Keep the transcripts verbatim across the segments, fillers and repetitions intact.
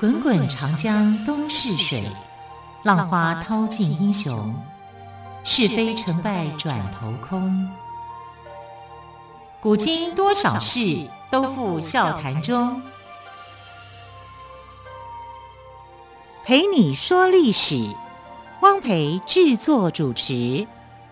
滚滚长江东逝水，浪花淘尽英雄。是非成败转头空。古今多少事，都付笑谈中。陪你说历史，汪培制作主持。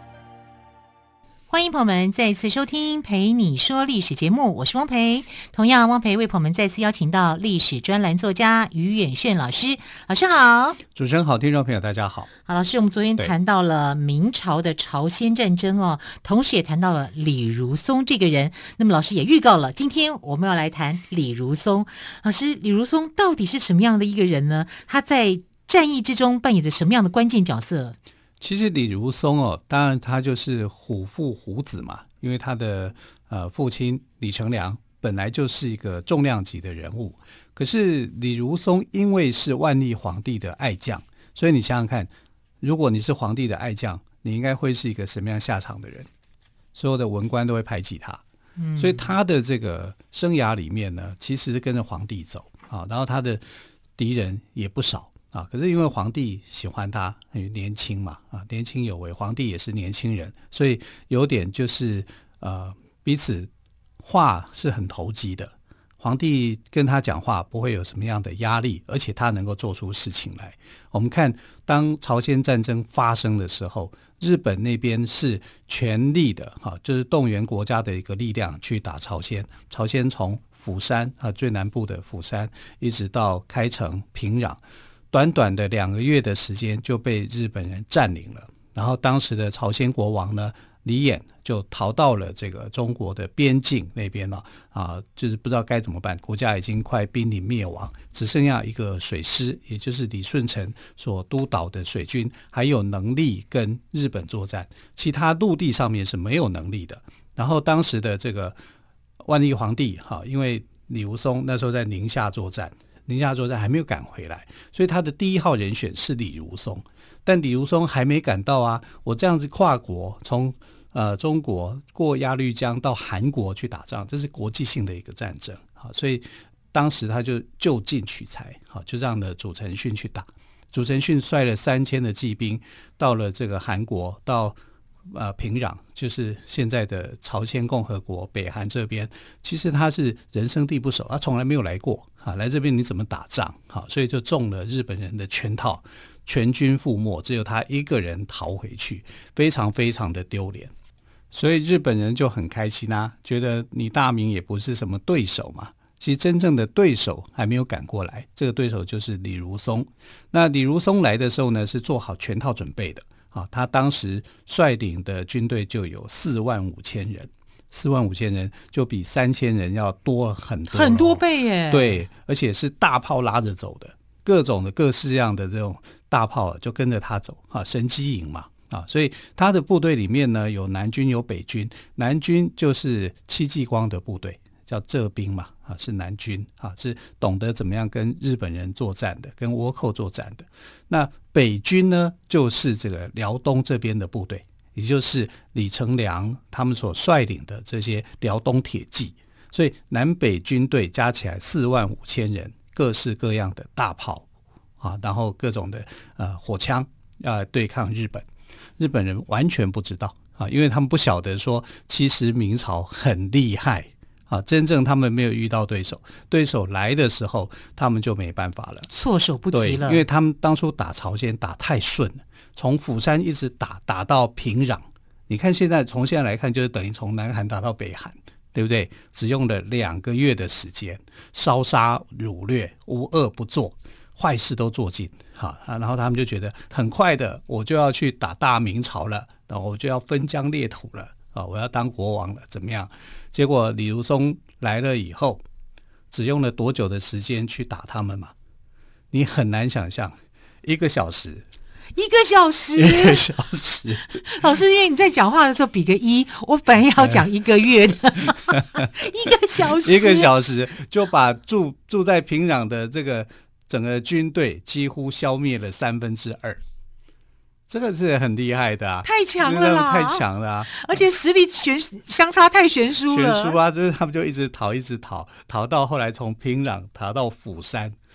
欢迎朋友们再次收听陪你说历史节目，我是汪培。同样，汪培为朋友们再次邀请到历史专栏作家于远炫老师。老师好。 主持人好，听众朋友大家好。 好，老师，我们昨天谈到了明朝的朝鲜战争哦，同时也谈到了李如松这个人。那么老师也预告了，今天我们要来谈李如松。老师，李如松到底是什么样的一个人呢？他在战役之中扮演着什么样的关键角色？ 其实李如松哦，当然他就是虎父虎子嘛，因为他的呃父亲李成梁本来就是一个重量级的人物。可是李如松因为是万历皇帝的爱将，所以你想想看，如果你是皇帝的爱将，你应该会是一个什么样下场的人？所有的文官都会排挤他，嗯，所以他的这个生涯里面呢，其实是跟着皇帝走啊，然后他的敌人也不少。啊，可是因为皇帝喜欢他，因为年轻嘛，啊，年轻有为，皇帝也是年轻人，所以有点就是呃，彼此话是很投机的。皇帝跟他讲话不会有什么样的压力，而且他能够做出事情来。我们看，当朝鲜战争发生的时候，日本那边是全力的，哈，就是动员国家的一个力量去打朝鲜。朝鲜从釜山啊最南部的釜山，一直到开城、平壤。短短的两个月的时间就被日本人占领了，然后当时的朝鲜国王呢，李衍就逃到了这个中国的边境那边了啊，就是不知道该怎么办，国家已经快濒临灭亡，只剩下一个水师，也就是李舜臣所督导的水军还有能力跟日本作战，其他陆地上面是没有能力的。然后当时的这个万历皇帝哈，因为李如松那时候在宁夏作战。宁夏作战还没有赶回来，所以他的第一号人选是李如松。但李如松还没赶到啊，我这样子跨国从呃中国过鸭绿江到韩国去打仗，这是国际性的一个战争，好，所以当时他就就近取材，好，就让了祖承训去打。祖承训率了三千的骑兵到了这个韩国，到呃平壤，就是现在的朝鲜共和国北韩这边，其实他是人生地不熟，他从来没有来过啊，来这边你怎么打仗？好，所以就中了日本人的圈套，全军覆没，只有他一个人逃回去，非常非常的丢脸。所以日本人就很开心啊，觉得你大明也不是什么对手嘛。其实真正的对手还没有赶过来，这个对手就是李如松。那李如松来的时候呢，是做好全套准备的。啊，他当时率领的军队就有四万五千人，四万五千人就比三千人要多很多， 很多倍耶。 对，而且是大炮拉着走的，各种的各式样的这种大炮就跟着他走啊，神机营嘛啊，所以他的部队里面呢有南军有北军，南军就是戚继光的部队。叫浙兵嘛，啊，是南军啊，是懂得怎么样跟日本人作战的，跟倭寇作战的。那北军呢，就是这个辽东这边的部队，也就是李成梁他们所率领的这些辽东铁骑。所以南北军队加起来四万五千人，各式各样的大炮啊，然后各种的呃火枪要对抗日本。日本人完全不知道啊，因为他们不晓得说，其实明朝很厉害。啊，真正他们没有遇到对手，对手来的时候，他们就没办法了， 措手不及了。 对，因为他们当初打朝鲜打太顺了，从釜山一直打打到平壤。你看现在从现在来看，就是等于从南韩打到北韩，对不对？只用了两个月的时间，烧杀掳掠，无恶不作，坏事都做尽。好，然后他们就觉得很快的，我就要去打大明朝了，然后我就要分疆裂土了。啊，我要当国王了，怎么样？结果李如松来了以后，只用了多久的时间去打他们嘛？你很难想象，一个小时， 一个小时， 一个小时。 老师，因为你在讲话的时候比个一，我本来要讲一个月的，一个小时， 一个小时就把住住在平壤的这个整个军队几乎消灭了三分之二。这个是很厉害的啊， 太强了啦， 太强了啊！ 而且实力悬相差太悬殊了， 悬殊啊！就是他们就一直逃，一直逃，逃到后来从平壤逃到釜山，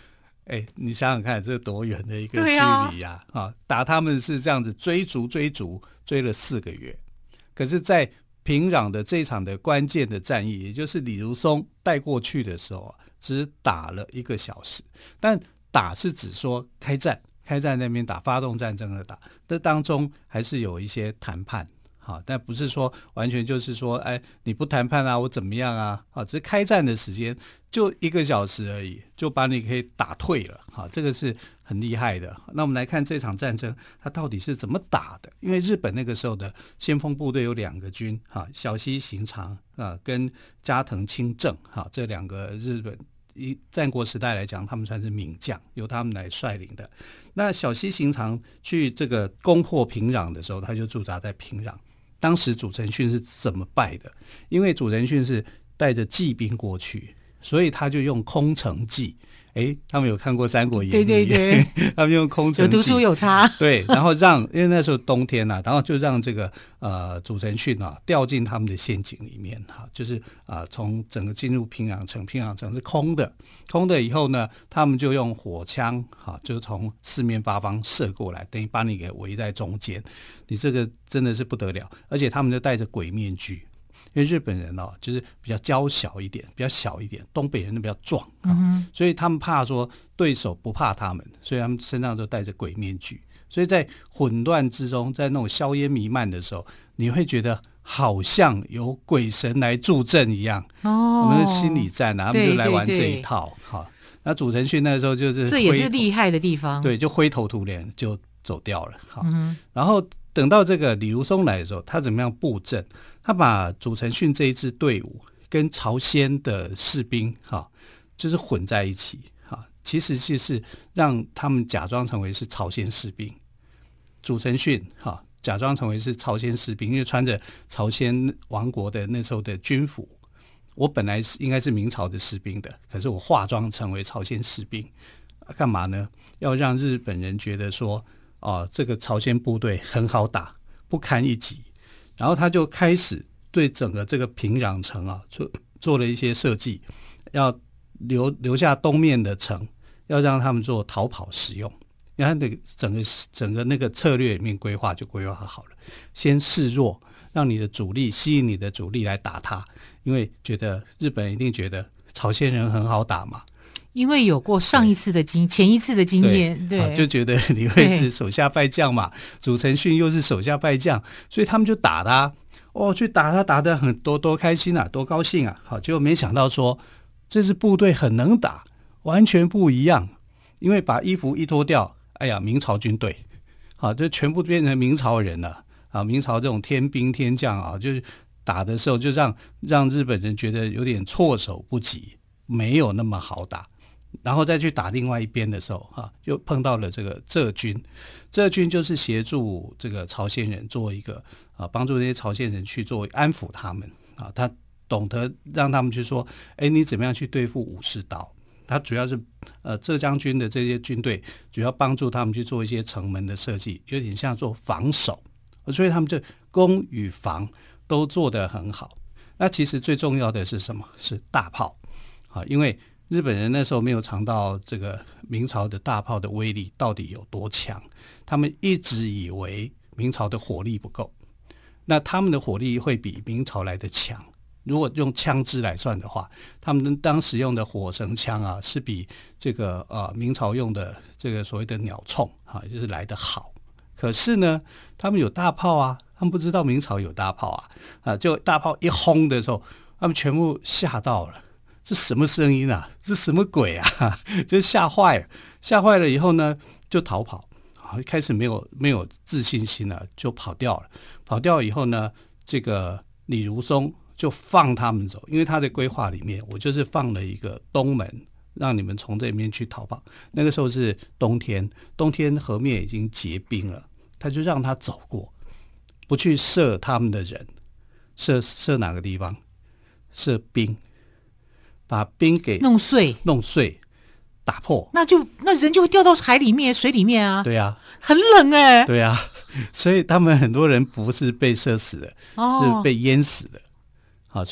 哎，你想想看，这多远的一个距离呀、啊！啊，打他们是这样子追逐追逐追了四个月，可是，在平壤的这一场的关键的战役，也就是李如松带过去的时候啊，只打了一个小时。但打是指说开战，开战那边打，发动战争的打，这当中还是有一些谈判。好，但不是说完全就是说，哎，你不谈判啊，我怎么样啊？好，只是开战的时间就一个小时而已，就把你可以打退了。好，这个是很厉害的。那我们来看这场战争，它到底是怎么打的？因为日本那个时候的先锋部队有两个军，哈，小西行长啊，跟加藤清正，哈，这两个日本以战国时代来讲，他们算是名将，由他们来率领的。那小西行长去这个攻破平壤的时候，他就驻扎在平壤。当时祖承训是怎么败的？因为祖承训是带着骑兵过去，所以他就用空城计。哎，他们有看过《三国演义》？ 对对对， 他们用空城计， 有读书有差。 对，然后让，因为那时候冬天啊，然后就让这个呃祖承训啊掉进他们的陷阱里面哈、啊，就是啊从整个进入平壤城，平壤城是空的，空的以后呢，他们就用火枪哈、啊，就从四面八方射过来，等于把你给围在中间，你这个真的是不得了，而且他们就戴着鬼面具。因为日本人哦，就是比较娇小一点，比较小一点，东北人都比较壮、啊嗯、所以他们怕说对手不怕他们，所以他们身上都戴着鬼面具。所以在混乱之中，在那种硝烟弥漫的时候，你会觉得好像有鬼神来助阵一样。哦，我们的心理战啊，他们就来玩这一套。好，那祖承训那时候就是这也是厉害的地方。 对，就灰头土脸就走掉了。好，嗯、然后等到这个李如松来的时候，他怎么样布阵？他把祖承训这一支队伍跟朝鲜的士兵哈，就是混在一起哈，其实就是让他们假装成为是朝鲜士兵。祖承训哈假装成为是朝鲜士兵，因为穿着朝鲜王国的那时候的军服。我本来是应该是明朝的士兵的，可是我化妆成为朝鲜士兵，干嘛呢？要让日本人觉得说，哦，这个朝鲜部队很好打，不堪一击。然后他就开始对整个这个平壤城啊做做了一些设计，要留留下东面的城，要让他们做逃跑使用。因为他的整个整个那个策略里面规划就规划好了，先示弱，让你的主力吸引你的主力来打他，因为觉得日本人一定觉得朝鲜人很好打嘛。 因为有过上一次的经前一次的经验， 对, 对、啊， 就觉得你会是手下败将嘛，祖承训又是手下败将，所以他们就打他，哦，去打他，打得很多多开心啊，多高兴啊！好，结果没想到说这支部队很能打，完全不一样，因为把衣服一脱掉，哎呀，明朝军队，好，就全部变成明朝人了啊！明朝这种天兵天将啊，就是打的时候就让让日本人觉得有点措手不及，没有那么好打。然后再去打另外一边的时候，哈、啊，又碰到了这个浙军。浙军就是协助这个朝鲜人做一个啊，帮助这些朝鲜人去做安抚他们啊。他懂得让他们去说，哎，你怎么样去对付武士刀？他主要是呃浙江军的这些军队，主要帮助他们去做一些城门的设计，有点像做防守，所以他们这攻与防都做得很好。那其实最重要的是什么？是大炮啊，因为日本人那时候没有尝到这个明朝的大炮的威力到底有多强，他们一直以为明朝的火力不够，那他们的火力会比明朝来的强。如果用枪支来算的话，他们当时用的火绳枪啊，是比这个呃明朝用的这个所谓的鸟铳啊，就是来得好。可是呢，他们有大炮啊，他们不知道明朝有大炮啊，啊，就大炮一轰的时候，他们全部吓到了。这什么声音啊？这什么鬼啊？就吓坏了，吓坏了以后呢，就逃跑。好，开始没有没有自信心了，就跑掉了。跑掉以后呢，这个李如松就放他们走，因为他的规划里面，我就是放了一个东门，让你们从这边去逃跑。那个时候是冬天，冬天河面已经结冰了，他就让他走过，不去射他们的人，射射哪个地方？射冰。把冰给弄碎， 弄碎，打破， 那就那人就会掉到海里面、水里面啊。 对啊， 很冷哎、欸。 对啊，所以他们很多人不是被射死的，哦、是被淹死的。好，所以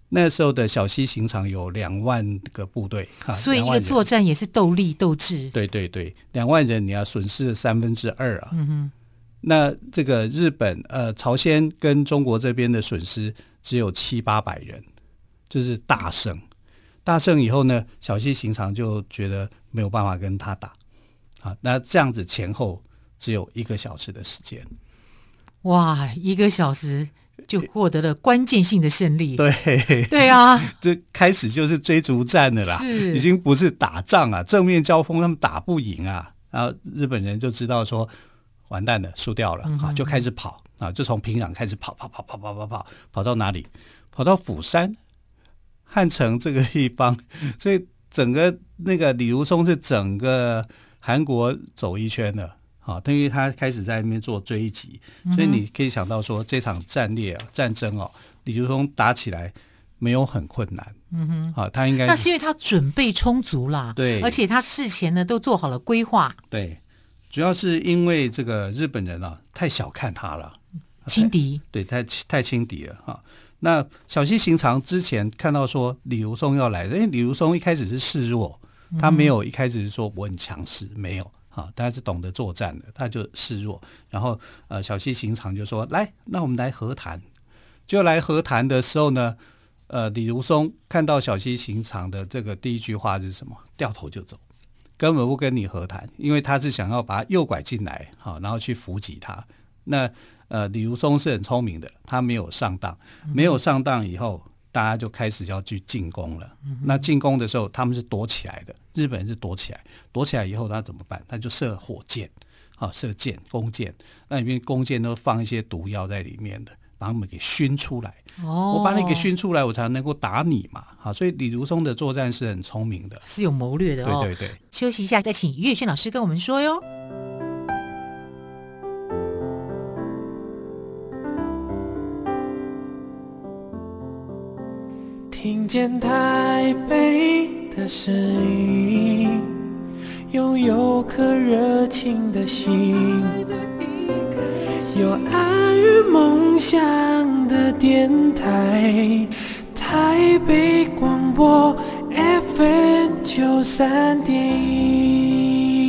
那时候的小西行场有两万个部队， 所以一个作战也是斗力斗智。 对对对，两万人你要损失了三分之二啊。 嗯哼， 那这个日本呃朝鲜跟中国这边的损失只有七八百人，就是大胜。大胜以后呢，小西行长就觉得没有办法跟他打啊，那这样子前后只有一个小时的时间。 哇，一个小时就获得了关键性的胜利。 对对啊， 这开始就是追逐战了啦，已经不是打仗啊，正面交锋他们打不赢啊。然后日本人就知道说完蛋了，输掉了、嗯、啊，就开始跑啊，就从平壤开始跑跑跑跑跑跑跑跑到哪里？跑到釜山、汉城这个地方。所以整个那个李如松是整个韩国走一圈的。好，因为他开始在那边做追击，所以你可以想到说这场战略、啊、战争哦，李如松打起来没有很困难。嗯哼，好，他应该那是因为他准备充足啦， 对， 而且他事前呢都做好了规划。 对，主要是因为这个日本人啊太小看他了， 轻敌， 对，太太轻敌了哈。那小西行长之前看到说李如松要来，因为李如松一开始是示弱，他没有一开始是说我很强势，没有。啊，他是懂得作战的，他就示弱，然后呃，小西行长就说：“来，那我们来和谈。”就来和谈的时候呢，呃，李如松看到小西行长的这个第一句话是什么？掉头就走，根本不跟你和谈，因为他是想要把他诱拐进来，好，然后去伏击他。那呃，李如松是很聪明的，他没有上当，没有上当以后。大家就开始要去进攻了、嗯、那进攻的时候他们是躲起来的，日本人是躲起来，躲起来以后他怎么办？他就射火箭、啊、射箭弓箭，那里面弓箭都放一些毒药在里面的，把他们给熏出来、哦、我把你给熏出来我才能够打你嘛。好，所以李如松的作战是很聪明的， 是有谋略的哦。 对对对， 休息一下再请岳轩老师跟我们说哟。 听见台北的声音，拥有颗热情的心，有爱与梦想的电台，台北广播 F M 九三点一。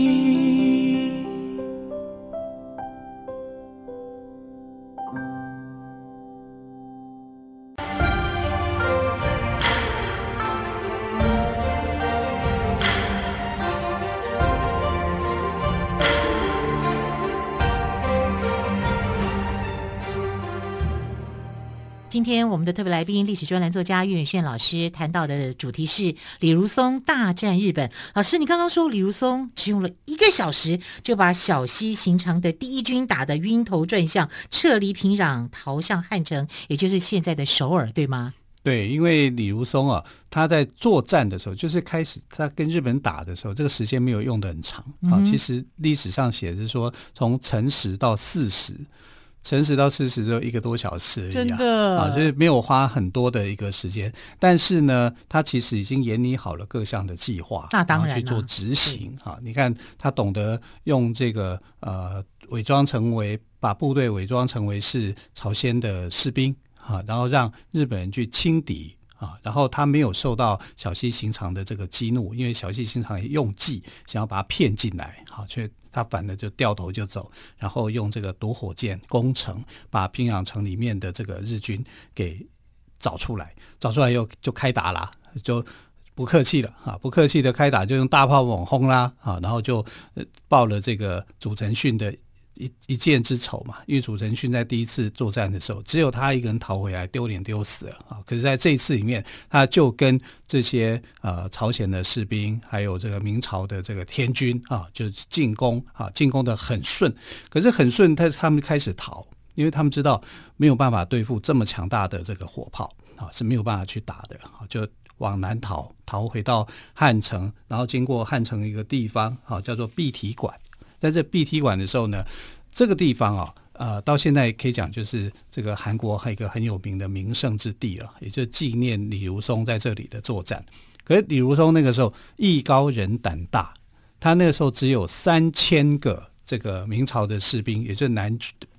今天我们的特别来宾，历史专栏作家岳远炫老师谈到的主题是李如松大战日本。老师，你刚刚说李如松只用了一个小时就把小西行长的第一军打得晕头转向，撤离平壤，逃向汉城，也就是现在的首尔，对吗？ 对，因为李如松啊，他在作战的时候，就是开始他跟日本打的时候，这个时间没有用得很长、嗯、啊。其实历史上写的是说，从辰时到巳时。辰时到巳时只有一个多小时而已、啊、 真的啊，就是没有花很多的一个时间，但是呢，他其实已经研拟好了各项的计划， 那当然去做执行啊。你看他懂得用这个呃伪装成为把部队伪装成为是朝鲜的士兵啊，然后让日本人去轻敌。啊，然后他没有受到小西行长的这个激怒，因为小西行长也用计想要把他骗进来，好，所以他反而就掉头就走，然后用这个躲火箭攻城，把平壤城里面的这个日军给找出来，找出来又就开打啦，就不客气了啊，不客气的开打，就用大炮猛轰啦啊，然后就报了这个祖承训的。一一箭之仇嘛，因为祖承训在第一次作战的时候，只有他一个人逃回来，丢脸丢死了啊！可是在这一次里面，他就跟这些呃朝鲜的士兵，还有这个明朝的这个天军啊，就进攻啊，进攻的很顺。可是很顺，他他们开始逃，因为他们知道没有办法对付这么强大的这个火炮啊，是没有办法去打的啊，就往南逃，逃回到汉城，然后经过汉城一个地方啊，叫做碧提馆。在这碧提馆的时候呢，这个地方啊，呃，到现在可以讲就是这个韩国还有一个很有名的名胜之地了，也就是纪念李如松在这里的作战。可是李如松那个时候艺高人胆大，他那个时候只有三千个这个明朝的士兵，也就是南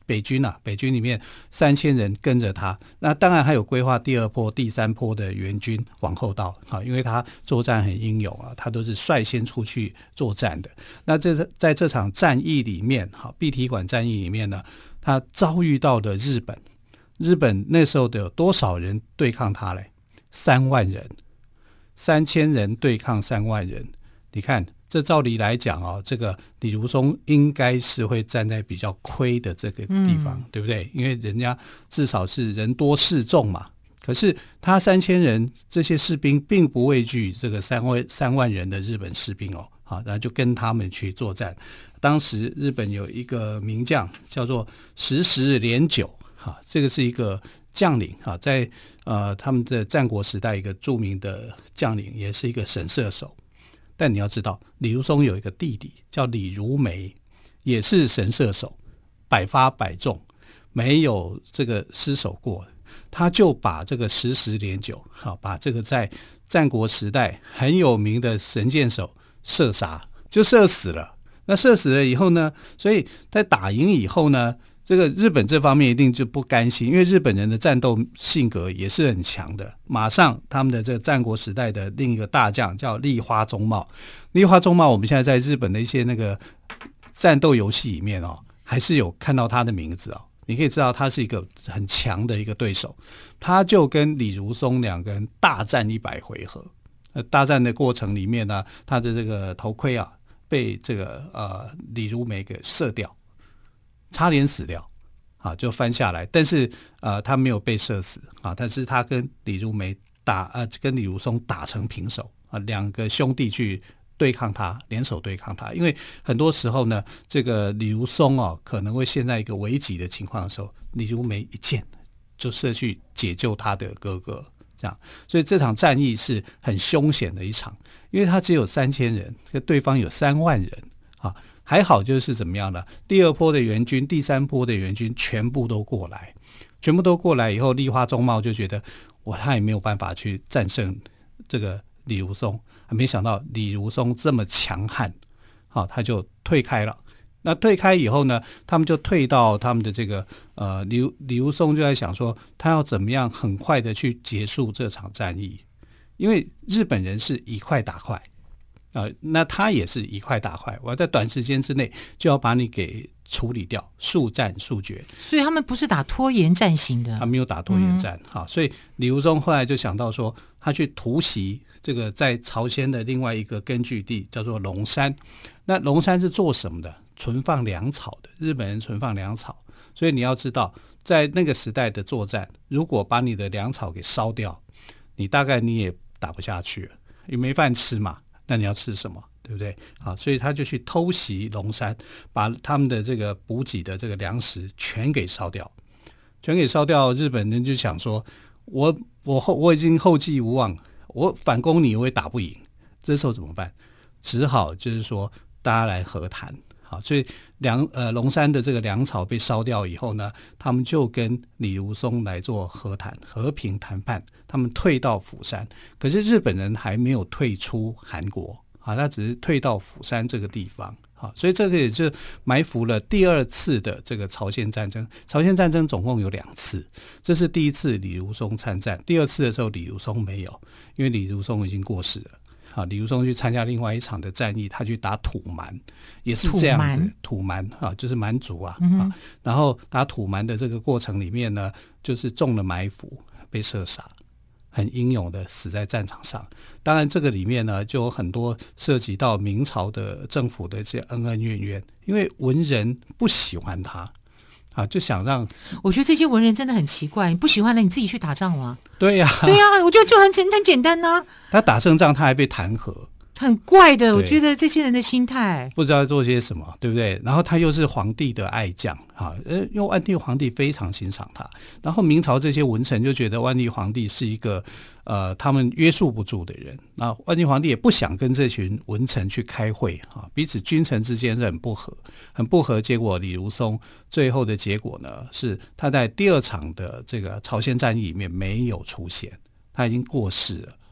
北军啊，北军里面三千人跟着他，那当然还有规划第二波、第三波的援军往后到，好，因为他作战很英勇啊，他都是率先出去作战的。那这在这场战役里面，好，碧提馆战役里面呢，他遭遇到的日本，日本那时候的有多少人对抗他嘞？三万人，三千人对抗三万人，你看。这照理来讲哦，这个李如松应该是会站在比较亏的这个地方，嗯、对不对？因为人家至少是人多势众嘛。可是他三千人这些士兵并不畏惧这个三万三万人的日本士兵哦，好，然后就跟他们去作战。当时日本有一个名将叫做石石连九，哈，这个是一个将领哈，在呃他们的战国时代一个著名的将领，也是一个神射手。但你要知道，李如松有一个弟弟叫李如梅，也是神射手，百发百中，没有这个失手过。他就把这个石石连九，好，把这个在战国时代很有名的神箭手射杀，就射死了。那射死了以后呢，所以在打赢以后呢，这个日本这方面一定就不甘心，因为日本人的战斗性格也是很强的。马上他们的这个战国时代的另一个大将叫立花忠茂，立花忠茂我们现在在日本的一些那个战斗游戏里面哦，还是有看到他的名字哦。你可以知道他是一个很强的一个对手，他就跟李如松两个人大战一百回合。呃，大战的过程里面呢，他的这个头盔啊被这个呃李如梅给射掉。差点死掉，啊，就翻下来，但是呃，他没有被射死啊，但是他跟李如梅打呃，跟李如松打成平手啊，两个兄弟去对抗他，联手对抗他。因为很多时候呢，这个李如松哦，可能会陷在一个危急的情况的时候，李如梅一箭就射去解救他的哥哥，这样，所以这场战役是很凶险的一场，因为他只有三千人，对方有三万人啊。还好就是怎么样呢？第二波的援军、第三波的援军全部都过来，全部都过来以后，立花忠茂就觉得，哇，他也没有办法去战胜这个李如松，没想到李如松这么强悍，好，他就退开了。那退开以后呢，他们就退到他们的这个呃李李如松就在想说，他要怎么样很快的去结束这场战役，因为日本人是以快打快。呃，那他也是一块打快，我要在短时间之内就要把你给处理掉，速战速决。 所以他们不是打拖延战型的， 他没有打拖延战，嗯、好，所以李如松后来就想到说，他去突袭这个在朝鲜的另外一个根据地叫做龙山。那龙山是做什么的？存放粮草的，日本人存放粮草。所以你要知道，在那个时代的作战，如果把你的粮草给烧掉，你大概你也打不下去了，因为没饭吃嘛。那你要吃什么，对不对？好，所以他就去偷袭龙山，把他们的这个补给的这个粮食全给烧掉，全给烧掉。日本人就想说，我我后我已经后继无望，我反攻你我也打不赢，这时候怎么办？只好就是说大家来和谈。好，所以粮呃龙山的这个粮草被烧掉以后呢，他们就跟李如松来做和谈，和平谈判。他们退到釜山，可是日本人还没有退出韩国啊，他只是退到釜山这个地方。好，所以这个也是埋伏了第二次的这个朝鲜战争。朝鲜战争总共有两次，这是第一次李如松参战，第二次的时候李如松没有，因为李如松已经过世了。啊，李如松去参加另外一场的战役，他去打土蛮，也是这样子。土蛮啊，就是蛮族啊、嗯、啊。然后打土蛮的这个过程里面呢，就是中了埋伏，被射杀，很英勇的死在战场上。当然，这个里面呢，就有很多涉及到明朝的政府的这些恩恩怨怨，因为文人不喜欢他。啊，就想让我觉得这些文人真的很奇怪，你不喜欢了，你自己去打仗吗？ 对呀、啊， 对呀、啊，我觉得就很简很简单呐、啊。 他打胜仗，他还被弹劾， 很怪的。我觉得这些人的心态不知道做些什么，对不对？然后他又是皇帝的爱将啊，呃，因为万历皇帝非常欣赏他。然后明朝这些文臣就觉得万历皇帝是一个呃他们约束不住的人。那万历皇帝也不想跟这群文臣去开会啊，彼此君臣之间是很不和，很不和。结果李如松最后的结果呢，是他在第二场的这个朝鲜战役里面没有出现，他已经过世了。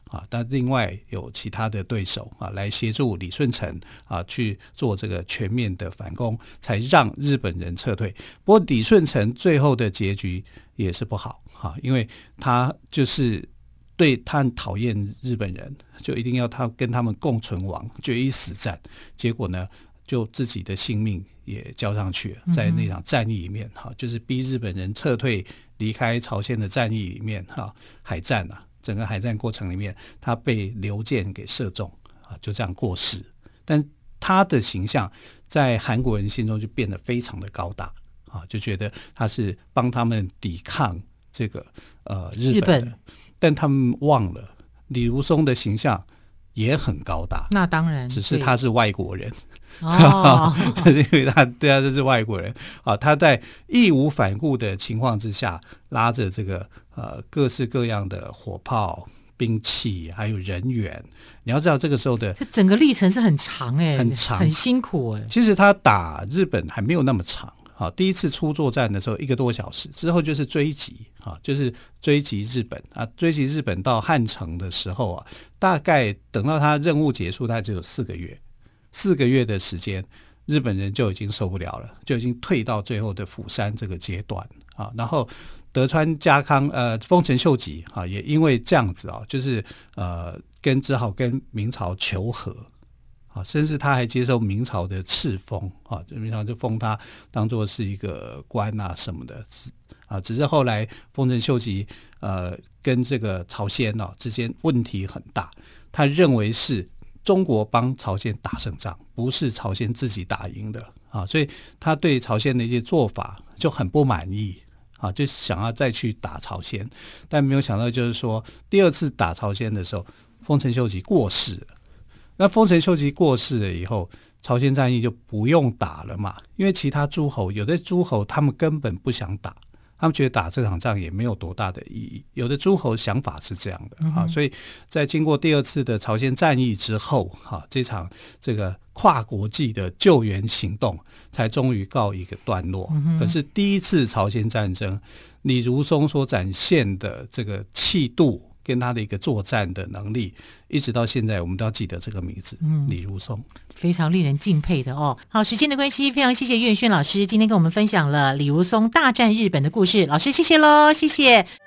啊，但另外有其他的对手啊来协助李舜臣啊去做这个全面的反攻，才让日本人撤退。不过李舜臣最后的结局也是不好啊，因为他就是对他很讨厌日本人，就一定要他跟他们共存亡，决一死战。结果呢，就自己的性命也交上去了，在那场战役里面哈，就是逼日本人撤退离开朝鲜的战役里面哈，海战啊。整个海战过程里面，他被流箭给射中啊，就这样过世。但他的形象在韩国人心中就变得非常的高大啊，就觉得他是帮他们抵抗这个呃日本的。日本但他们忘了李如松的形象也很高大， 那当然， 只是他是外国人。 哦， 因为他对他这是外国人啊，他在义无反顾的情况之下，拉着这个呃各式各样的火炮、兵器还有人员。你要知道这个时候的这整个历程是很长哎、欸， 很长， 很辛苦哎、欸。 其实他打日本还没有那么长。好，第一次出作战的时候一个多小时，之后就是追击啊，就是追击日本啊，追击日本到汉城的时候啊，大概等到他任务结束，大概只有四个月。四个月的时间，日本人就已经受不了了，就已经退到最后的釜山这个阶段啊。然后德川家康呃丰臣秀吉啊，也因为这样子啊，就是呃跟只好跟明朝求和啊，甚至他还接受明朝的敕封啊，明朝就封他当作是一个官啊什么的啊。只是后来丰臣秀吉呃跟这个朝鲜啊之间问题很大，他认为是中国帮朝鲜打胜仗，不是朝鲜自己打赢的啊，所以他对朝鲜的一些做法就很不满意啊，就想要再去打朝鲜，但没有想到就是说第二次打朝鲜的时候，丰臣秀吉过世了。那丰臣秀吉过世了以后，朝鲜战役就不用打了嘛，因为其他诸侯有的诸侯他们根本不想打。他们觉得打这场仗也没有多大的意义，有的诸侯想法是这样的、嗯啊、所以在经过第二次的朝鲜战役之后、啊、这场这个跨国际的救援行动才终于告一个段落、嗯、可是第一次朝鲜战争，李如松所展现的这个气度跟他的一个作战的能力，一直到现在我们都要记得这个名字、嗯、李如松， 非常令人敬佩的哦。好，时间的关系，非常谢谢岳轩老师今天跟我们分享了李如松大战日本的故事，老师谢谢咯，谢谢。